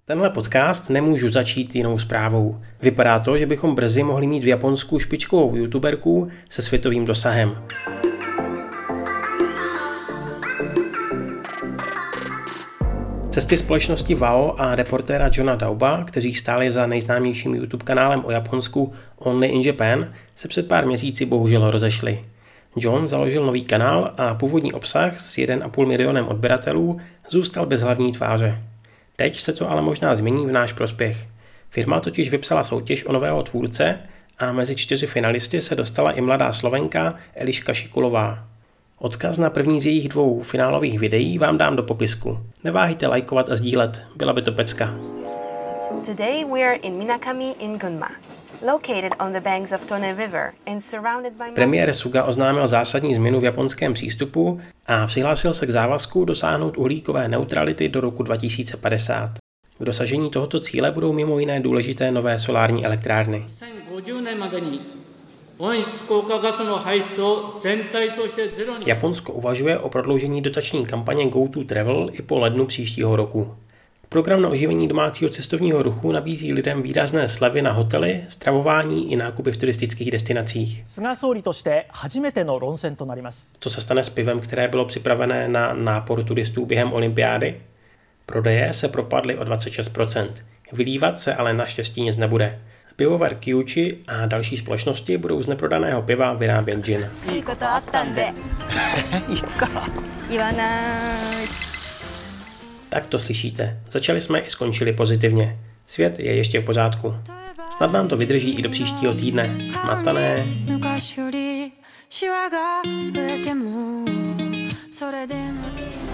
Tenhle podcast nemůžu začít jinou zprávou. Vypadá to, že bychom brzy mohli mít v Japonsku špičkovou youtuberku se světovým dosahem. Cesty společnosti WOW a reportéra Johna Dauba, kteří stáli za nejznámějším YouTube kanálem o Japonsku Only in Japan, se před pár měsíci bohužel rozešly. John založil nový kanál a původní obsah s 1,5 milionem odběratelů zůstal bez hlavní tváře. Teď se to ale možná změní v náš prospěch. Firma totiž vypsala soutěž o nového tvůrce a mezi 4 finalisty se dostala i mladá Slovenka Eliška Šikulová. Odkaz na první z jejich 2 finálových videí vám dám do popisku. Neváhejte lajkovat a sdílet, byla by to pecka. Today we are in Minakami in Gunma, located on the banks of Tone River and surrounded by Premiér Suga oznámil zásadní změnu v japonském přístupu a přihlásil se k závazku dosáhnout uhlíkové neutrality do roku 2050. K dosažení tohoto cíle budou mimo jiné důležité nové solární elektrárny. Japonsko uvažuje o prodloužení dotační kampaně Go to Travel i po lednu příštího roku. Program na oživení domácího cestovního ruchu nabízí lidem výrazné slevy na hotely, stravování i nákupy v turistických destinacích. Co se stane s pivem, které bylo připravené na nápor turistů během olympiády? Prodeje se propadly o 26%. Vylívat se ale naštěstí nic nebude. Pivovar Kyuchi a další společnosti budou z neprodaného piva vyrábět gin. Tak to slyšíte. Začali jsme i skončili pozitivně. Svět je ještě v pořádku. Snad nám to vydrží i do příštího týdne. Matané.